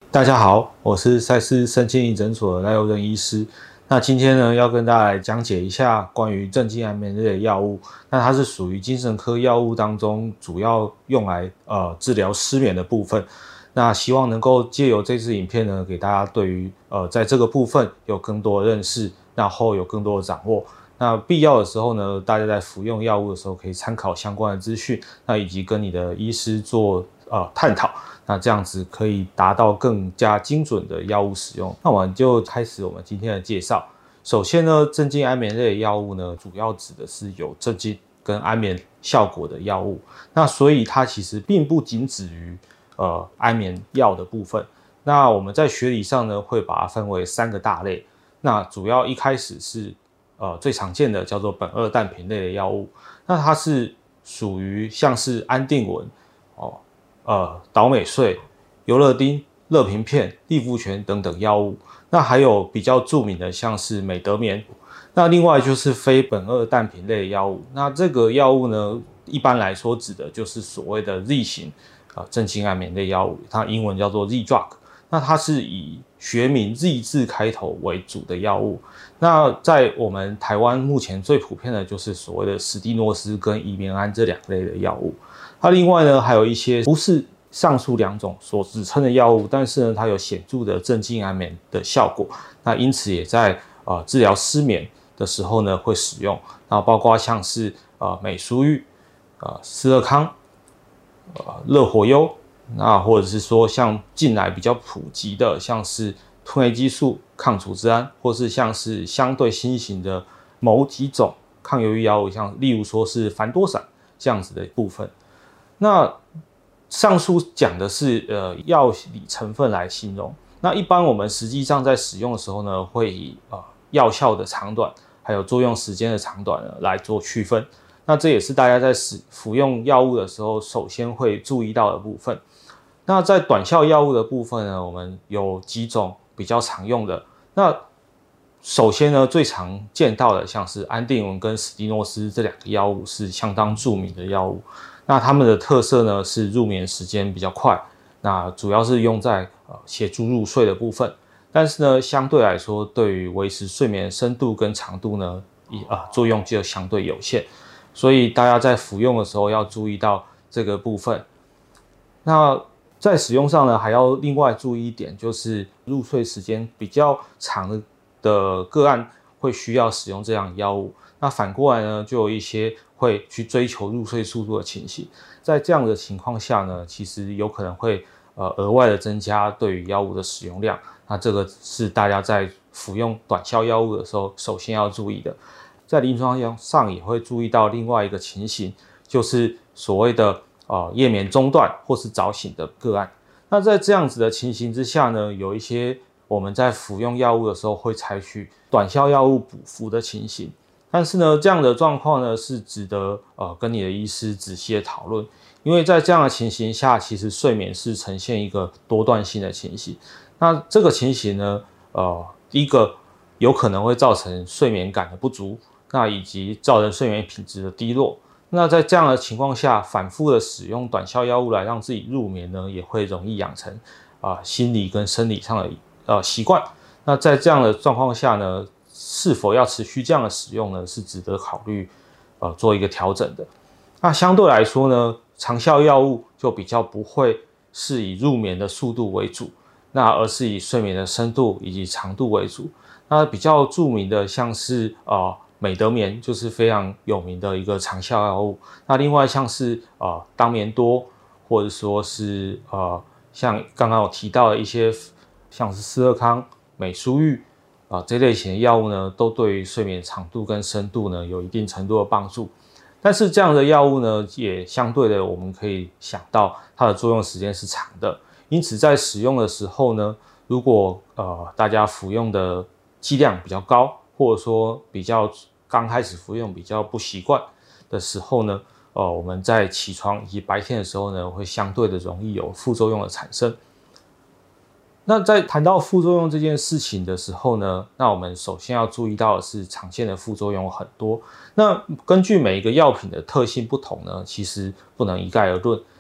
大家好，我是赛斯身心灵诊所的赖佑任医师。那今天呢，要跟大家来讲解一下关于镇静安眠类的药物。那它是属于精神科药物当中主要用来治疗失眠的部分。那希望能够借由这支影片呢，给大家对于在这个部分有更多的认识，然后有更多的掌握。那必要的时候呢，大家在服用药物的时候可以参考相关的资讯，那以及跟你的医师做探讨。那这样子可以达到更加精准的药物使用。那我们就开始我们今天的介绍。首先呢，镇静安眠类的药物呢，主要指的是有镇静跟安眠效果的药物。那所以它其实并不仅止于安眠药的部分。那我们在学理上呢，会把它分为3个大类。那主要一开始是最常见的叫做苯二氮平类的药物。那它是属于像是安定纹岛美穗、尤乐丁、乐平片、利福全等等药物。那还有比较著名的像是美德眠。那另外就是非苯二氮平类的药物。那这个药物呢，一般来说指的就是所谓的 Z 型镇静安眠类药物，它英文叫做 Z-drug。那它是以学名 Z 字开头为主的药物。那在我们台湾目前最普遍的就是所谓的史蒂诺斯跟乙醚胺这2类的药物。它另外呢，还有一些不是上述2种所指称的药物，但是呢，它有显著的镇静安眠的效果。那因此也在治疗失眠的时候呢会使用。那包括像是美舒玉、斯乐康、乐活优，那或者是说像近来比较普及的，像是褪黑激素、抗组织胺，或是像是相对新型的某几种抗忧郁药物，像例如说是凡多散这样子的部分。那上述讲的是药理成分来形容。那一般我们实际上在使用的时候呢，会以药效的长短，还有作用时间的长短呢来做区分。那这也是大家在服用药物的时候首先会注意到的部分。那在短效药物的部分呢，我们有几种比较常用的。那首先呢，最常见到的像是安定纹跟史蒂诺斯这2个药物是相当著名的药物。那它们的特色呢是入眠时间比较快，那主要是用在协助入睡的部分。但是呢，相对来说，对于维持睡眠深度跟长度呢，作用就相对有限。所以大家在服用的时候要注意到这个部分。那在使用上呢，还要另外注意一点，就是入睡时间比较长的个案会需要使用这样的药物。那反过来呢，就有一些会去追求入睡速度的情形。在这样的情况下呢，其实有可能会额外的增加对于药物的使用量。那这个是大家在服用短效药物的时候首先要注意的。在临床上也会注意到另外一个情形，就是所谓的夜眠中断或是早醒的个案。那在这样子的情形之下呢，有一些我们在服用药物的时候会采取短效药物补服的情形。但是呢，这样的状况呢是值得跟你的医师仔细的讨论。因为在这样的情形下，其实睡眠是呈现一个多段性的情形。那这个情形呢，第一个有可能会造成睡眠感的不足，那以及造成睡眠品质的低落。那在这样的情况下，反复的使用短效药物来让自己入眠呢，也会容易养成心理跟生理上的习惯。那在这样的状况下呢，是否要持续这样的使用呢，是值得考虑做一个调整的。那相对来说呢，长效药物就比较不会是以入眠的速度为主，那而是以睡眠的深度以及长度为主。那比较著名的像是美德眠就是非常有名的一个长效药物。那另外像是当眠多，或者说是像刚刚有提到的一些像是斯乐康、美舒玉这类型的药物呢，都对于睡眠长度跟深度呢有一定程度的帮助。但是这样的药物呢，也相对的我们可以想到它的作用时间是长的。因此在使用的时候呢，如果大家服用的剂量比较高，或者说比较刚开始服用比较不习惯的时候呢，我们在起床以及白天的时候呢，会相对的容易有副作用的产生。那在谈到副作用这件事情的时候呢，那我们首先要注意到的是常见的副作用很多。那根据每一个药品的特性不同呢，其实不能一概而论。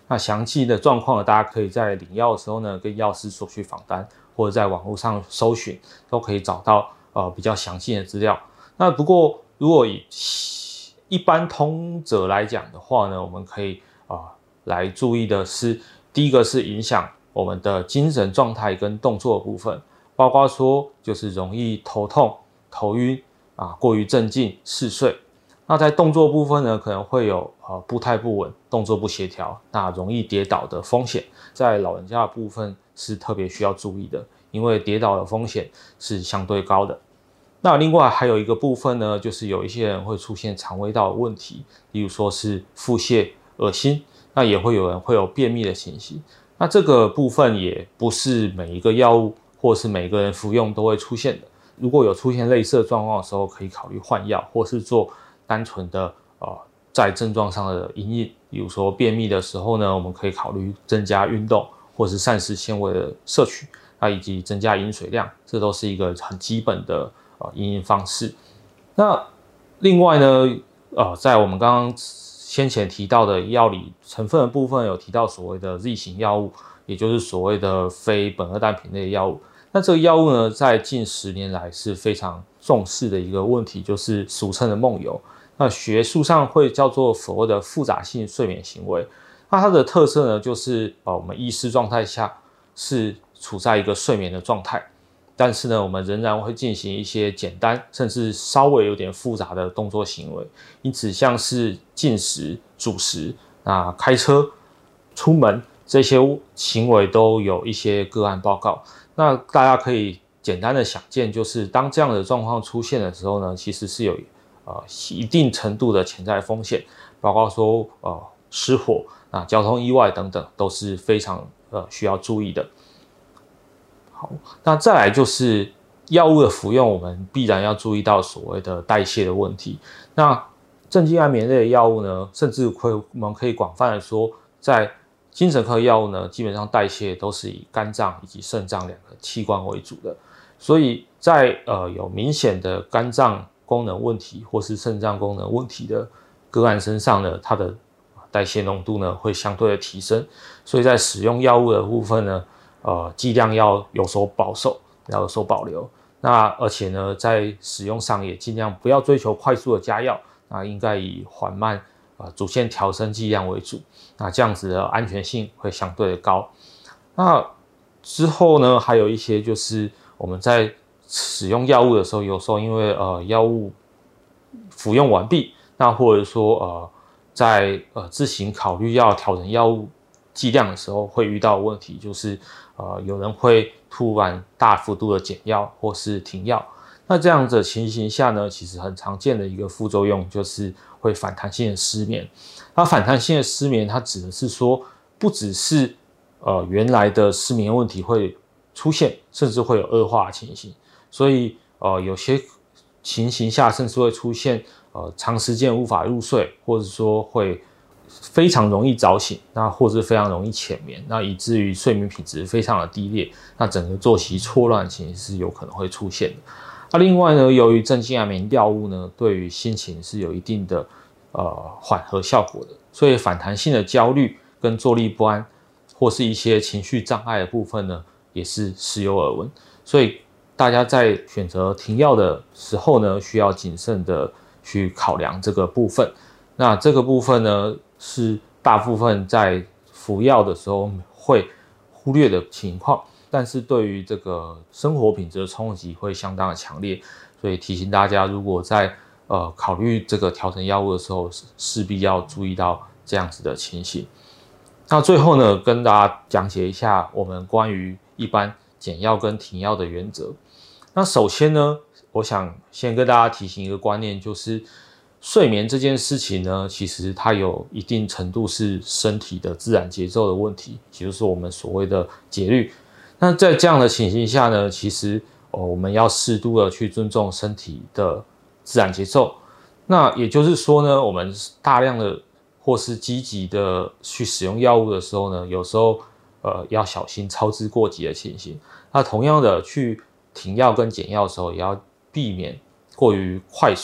那详细的状况呢，大家可以在领药的时候呢，跟药师索取访单，或者在网络上搜寻，都可以找到比较详细的资料。那不过如果以一般通则来讲的话呢，我们可以来注意的是，第一个是影响我们的精神状态跟动作的部分，包括说就是容易头痛、头晕过于镇静、嗜睡。那在动作部分呢，可能会有步态不稳、动作不协调，那容易跌倒的风险，在老人家的部分是特别需要注意的，因为跌倒的风险是相对高的。那另外还有一个部分呢，就是有一些人会出现肠胃道的问题，例如说是腹泻、恶心，那也会有人会有便秘的情形。那这个部分也不是每一个药物或是每个人服用都会出现的。如果有出现类似的状况的时候，可以考虑换药，或是做单纯的在症状上的因应。比如说便秘的时候呢，我们可以考虑增加运动，或是膳食纤维的摄取，以及增加饮水量，这都是一个很基本的因应方式。那另外呢，在我们刚刚先前提到的药理成分的部分，有提到所谓的 Z 型药物，也就是所谓的非苯二氮平类药物。那这个药物呢，在近10年来是非常重视的一个问题，就是俗称的梦游。那学术上会叫做所谓的复杂性睡眠行为。那它的特色呢，就是我们意识状态下是处在一个睡眠的状态，但是呢，我们仍然会进行一些简单甚至稍微有点复杂的动作行为。因此，像是进食、主食、开车、出门这些行为都有一些个案报告。那大家可以简单的想见，就是当这样的状况出现的时候呢，其实是有一定程度的潜在风险，包括说失火、交通意外等等，都是非常需要注意的。好，那再来就是药物的服用，我们必然要注意到所谓的代谢的问题。那镇静安眠类的药物呢，甚至我们可以广泛的说，在精神科药物呢，基本上代谢都是以肝脏以及肾脏2个器官为主的，所以在有明显的肝脏功能问题或是肾脏功能问题的个案身上呢，它的代谢浓度呢会相对的提升，所以在使用药物的部分呢，剂量要有所保守，要有所保留。那而且呢，在使用上也尽量不要追求快速的加药，应该以缓慢逐渐调升剂量为主。那这样子的安全性会相对的高。那之后呢，还有一些就是我们在使用药物的时候，有时候因为药物服用完毕，那或者说在自行考虑要调整药物剂量的时候，会遇到的问题就是有人会突然大幅度的减药或是停药。那这样子的情形下呢，其实很常见的一个副作用就是会反弹性的失眠。那反弹性的失眠，它指的是说，不只是原来的失眠问题会出现，甚至会有恶化的情形。所以有些情形下甚至会出现长时间无法入睡，或者说会非常容易早醒，那或是非常容易浅眠，那以至于睡眠品质非常的低劣，那整个作息错乱的情形是有可能会出现的。另外呢，由于镇静安眠药物呢，对于心情是有一定的缓和效果的，所以反弹性的焦虑跟坐立不安，或是一些情绪障碍的部分呢，也是时有耳闻。所以大家在选择停药的时候呢，需要谨慎的去考量这个部分。那这个部分呢，是大部分在服药的时候会忽略的情况，但是对于这个生活品质的冲击会相当的强烈，所以提醒大家，如果在考虑这个调整药物的时候，势必要注意到这样子的情形。那最后呢，跟大家讲解一下我们关于一般减药跟停药的原则。那首先呢，我想先跟大家提醒一个观念，就是睡眠这件事情呢，其实它有一定程度是身体的自然节奏的问题，也就是我们所谓的节律。那在这样的情形下呢，其实我们要适度的去尊重身体的自然节奏。那也就是说呢，我们大量的或是积极的去使用药物的时候呢，有时候要小心操之过急的情形。那同样的，去停药跟减药的时候，也要避免过于快速，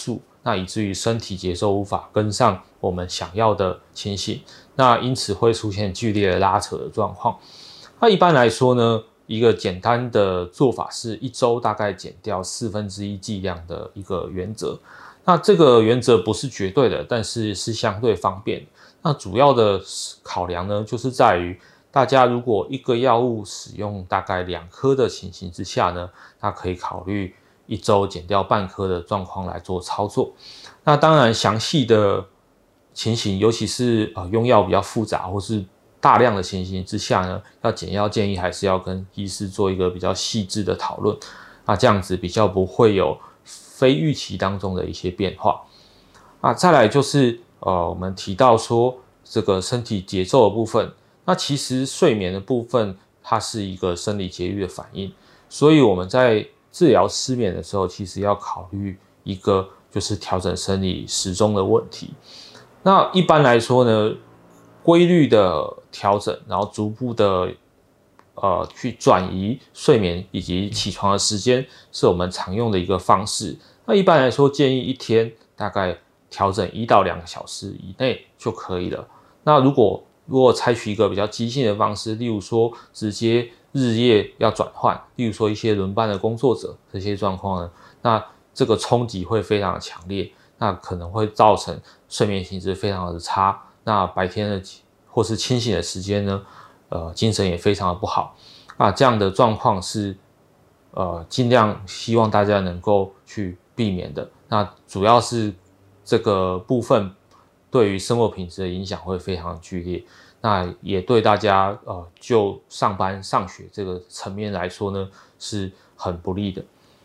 那以至于身体节奏无法跟上我们想要的情形，那因此会出现剧烈的拉扯的状况。那一般来说呢，一个简单的做法是1周大概减掉1/4剂量的一个原则。那这个原则不是绝对的，但是是相对方便。那主要的考量呢，就是在于大家如果一个药物使用大概2颗的情形之下呢，那可以考虑1周减掉半颗的状况来做操作。那当然详细的情形，尤其是用药比较复杂或是大量的情形之下呢，要减药建议还是要跟医师做一个比较细致的讨论，那这样子比较不会有非预期当中的一些变化。再来就是我们提到说这个身体节奏的部分，那其实睡眠的部分它是一个生理节律的反应，所以我们在治疗失眠的时候，其实要考虑一个就是调整生理时钟的问题。那一般来说呢，规律的调整，然后逐步的去转移睡眠以及起床的时间，是我们常用的一个方式。那一般来说，建议1天大概调整1到2个小时以内就可以了。那如果采取一个比较激进的方式，例如说直接日夜要转换，例如说一些轮班的工作者，这些状况呢，那这个冲击会非常的强烈，那可能会造成睡眠品质非常的差，那白天的或是清醒的时间呢，精神也非常的不好。这样的状况是尽量希望大家能够去避免的。那主要是这个部分对于生活品质的影响会非常剧烈，那也对大家就上班上学这个层面来说呢，是很不利的。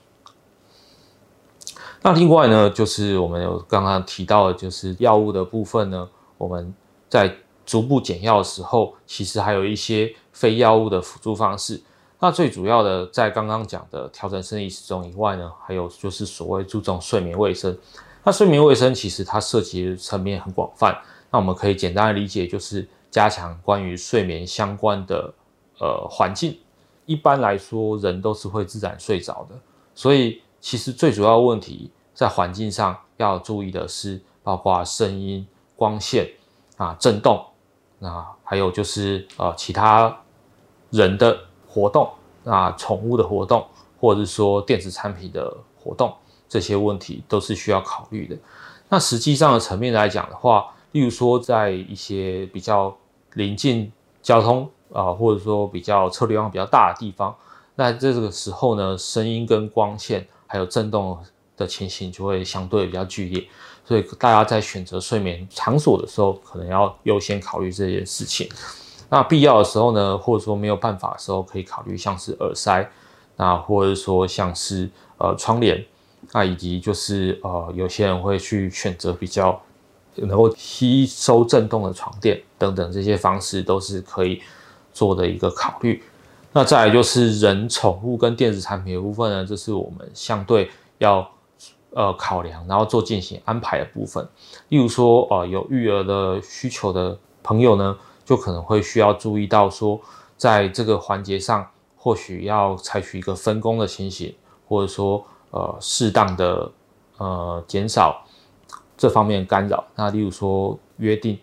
那另外呢，就是我们有刚刚提到的，就是药物的部分呢，我们在逐步减药的时候，其实还有一些非药物的辅助方式。那最主要的，在刚刚讲的调整生理时钟以外呢，还有就是所谓注重睡眠卫生。那睡眠卫生其实它涉及的层面很广泛，那我们可以简单的理解，就是加强关于睡眠相关的环境。一般来说，人都是会自然睡着的，所以其实最主要的问题在环境上要注意的是，包括声音、光线震动，那还有就是其他人的活动，宠物的活动，或者是说电子产品的活动，这些问题都是需要考虑的。那实际上的层面来讲的话，例如说在一些比较临近交通或者说比较车流量比较大的地方，那这个时候呢，声音跟光线还有震动的情形就会相对比较剧烈，所以大家在选择睡眠场所的时候，可能要优先考虑这件事情。那必要的时候呢，或者说没有办法的时候，可以考虑像是耳塞，那或者说像是窗帘，以及就是有些人会去选择比较能够吸收震动的床垫等等，这些方式都是可以做的一个考虑。那再来就是人、宠物跟电子产品的部分呢，这是我们相对要考量，然后做进行安排的部分。例如说有育儿的需求的朋友呢，就可能会需要注意到说，在这个环节上，或许要采取一个分工的情形，或者说适当的减少这方面的干扰。那例如说约定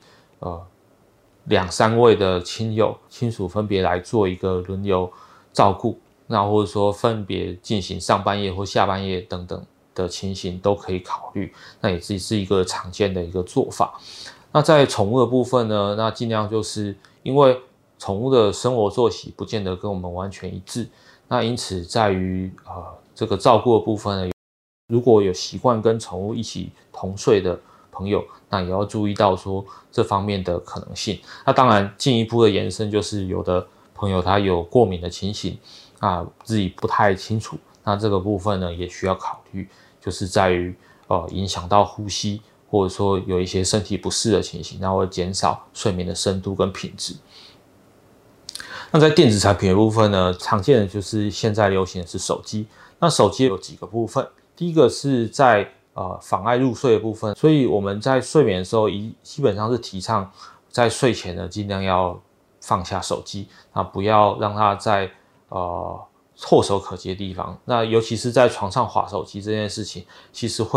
2、3位的亲属分别来做一个轮流照顾，那或者说分别进行上半夜或下半夜等等的情形都可以考虑，那也是一个常见的一个做法。那在宠物的部分呢，那尽量就是因为宠物的生活作息不见得跟我们完全一致，那因此在于这个照顾的部分呢，如果有习惯跟宠物一起同睡的朋友，那也要注意到说这方面的可能性。那当然进一步的延伸就是有的朋友他有过敏的情形自己不太清楚，那这个部分呢也需要考虑，就是在于影响到呼吸，或者说有一些身体不适的情形，那会减少睡眠的深度跟品质。那在电子产品的部分呢，常见的就是现在流行的是手机。那手机有几个部分，第一个是在妨碍入睡的部分，所以我们在睡眠的时候基本上是提倡在睡前呢尽量要放下手机，那不要让它在唾手可及的地方。那尤其是在床上滑手机这件事情，其实会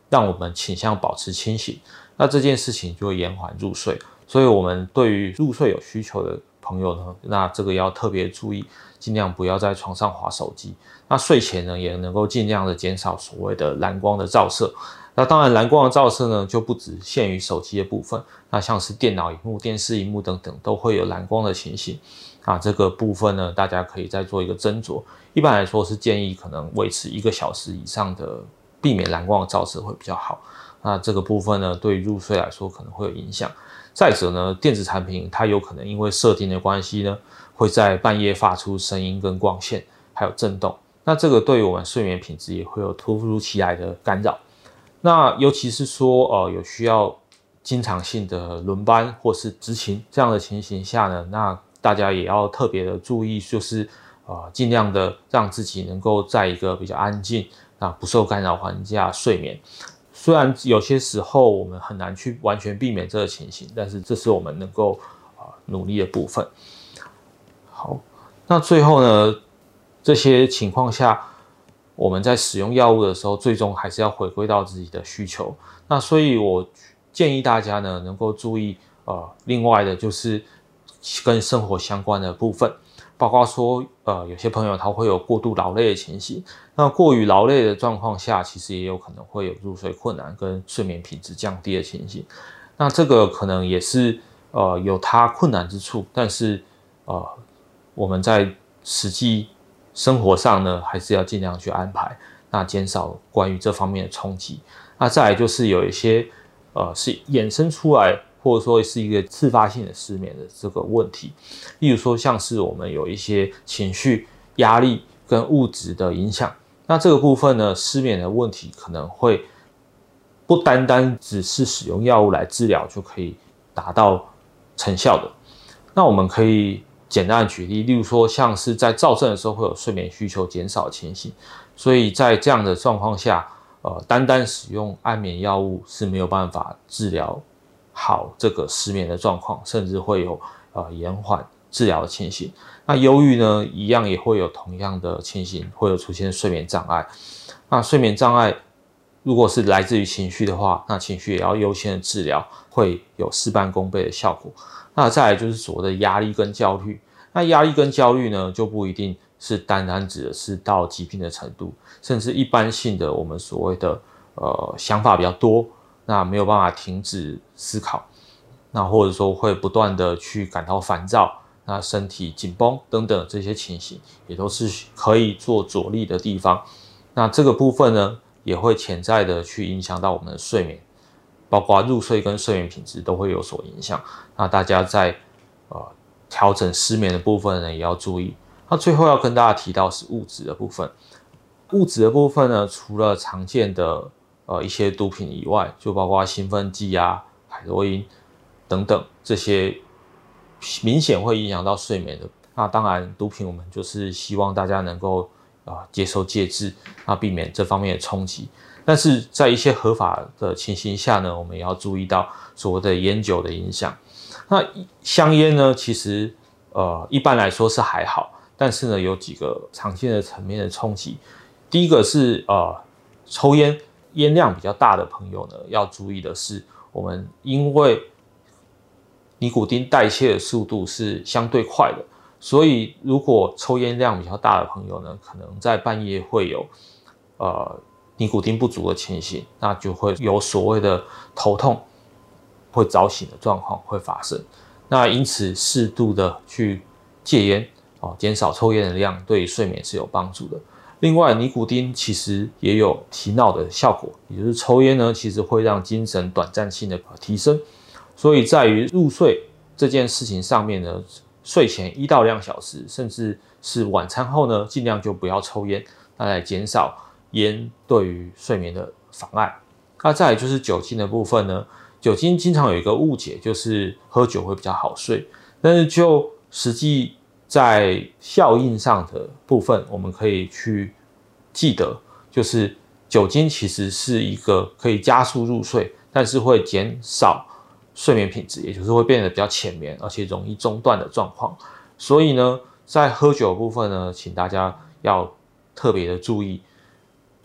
让我们倾向保持清醒，那这件事情就会延缓入睡。所以我们对于入睡有需求的朋友呢，那这个要特别注意，尽量不要在床上滑手机。那睡前呢，也能够尽量的减少所谓的蓝光的照射。那当然，蓝光的照射呢，就不只限于手机的部分，那像是电脑萤幕、电视萤幕等等，都会有蓝光的情形。这个部分呢，大家可以再做一个斟酌。一般来说是建议可能维持1个小时以上的避免蓝光的照射会比较好。那这个部分呢，对于入睡来说可能会有影响。再者呢，电子产品它有可能因为设定的关系呢，会在半夜发出声音跟光线，还有震动。那这个对于我们睡眠品质也会有突如其来的干扰。那尤其是说有需要经常性的轮班或是执勤这样的情形下呢，那大家也要特别的注意，就是尽量的让自己能够在一个比较安静、不受干扰环境下睡眠。虽然有些时候我们很难去完全避免这个情形，但是这是我们能够努力的部分。好，那最后呢，这些情况下，我们在使用药物的时候，最终还是要回归到自己的需求。那所以我建议大家呢，能够注意另外的就是跟生活相关的部分。包括说，有些朋友他会有过度劳累的情形，那过于劳累的状况下，其实也有可能会有入睡困难跟睡眠品质降低的情形。那这个可能也是有它困难之处，但是我们在实际生活上呢，还是要尽量去安排，那减少关于这方面的冲击。那再来就是有一些是衍生出来，或者说是一个自发性的失眠的这个问题，例如说像是我们有一些情绪、压力跟物质的影响，那这个部分呢，失眠的问题可能会不单单只是使用药物来治疗就可以达到成效的。那我们可以简单的举例，例如说像是在躁症的时候会有睡眠需求减少的情形，所以在这样的状况下，单单使用安眠药物是没有办法治疗好这个失眠的状况，甚至会有延缓治疗的情形。那忧郁呢，一样也会有同样的情形，会有出现睡眠障碍。那睡眠障碍如果是来自于情绪的话，那情绪也要优先的治疗，会有事半功倍的效果。那再来就是所谓的压力跟焦虑。那压力跟焦虑呢，就不一定是单单指的是到疾病的程度，甚至一般性的我们所谓的想法比较多，那没有办法停止思考，那或者说会不断的去感到烦躁，那身体紧绷等等这些情形，也都是可以做着力的地方。那这个部分呢，也会潜在的去影响到我们的睡眠，包括入睡跟睡眠品质都会有所影响。那大家在调整失眠的部分呢，也要注意。那最后要跟大家提到是物质的部分。物质的部分呢，除了常见的一些毒品以外，就包括兴奋剂啊、海洛因等等这些明显会影响到睡眠的。那当然，毒品我们就是希望大家能够接受戒治，那避免这方面的冲击。但是在一些合法的情形下呢，我们也要注意到所谓的烟酒的影响。那香烟呢，其实一般来说是还好，但是呢有几个常见的层面的冲击。第一个是抽烟烟量比较大的朋友呢，要注意的是，我们因为尼古丁代谢的速度是相对快的，所以如果抽烟量比较大的朋友呢，可能在半夜会有尼古丁不足的情形，那就会有所谓的头痛、会早醒的状况会发生。那因此适度的去戒烟减少抽烟的量，对睡眠是有帮助的。另外，尼古丁其实也有提脑的效果，也就是抽烟呢，其实会让精神短暂性的提升。所以在于入睡这件事情上面呢，睡前1到2小时，甚至是晚餐后呢，尽量就不要抽烟，那来减少烟对于睡眠的妨碍。那再来就是酒精的部分呢，酒精经常有一个误解，就是喝酒会比较好睡，但是就实际在效应上的部分，我们可以去记得，就是酒精其实是一个可以加速入睡，但是会减少睡眠品质，也就是会变得比较浅眠，而且容易中断的状况。所以呢，在喝酒的部分呢，请大家要特别的注意。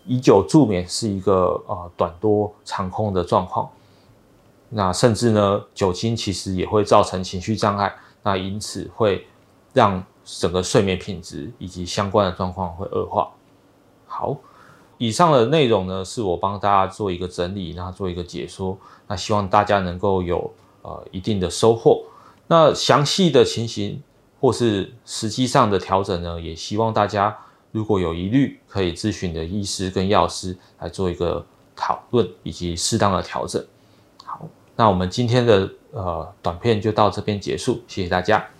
以久助眠是一个短多长空的状况。那甚至呢，酒精其实也会造成情绪障碍，那因此会让整个睡眠品质以及相关的状况会恶化。好，以上的内容呢，是我帮大家做一个整理，然后做一个解说。那希望大家能够有一定的收获。那详细的情形或是实际上的调整呢，也希望大家如果有疑虑，可以咨询你的医师跟药师来做一个讨论以及适当的调整。好，那我们今天的短片就到这边结束，谢谢大家。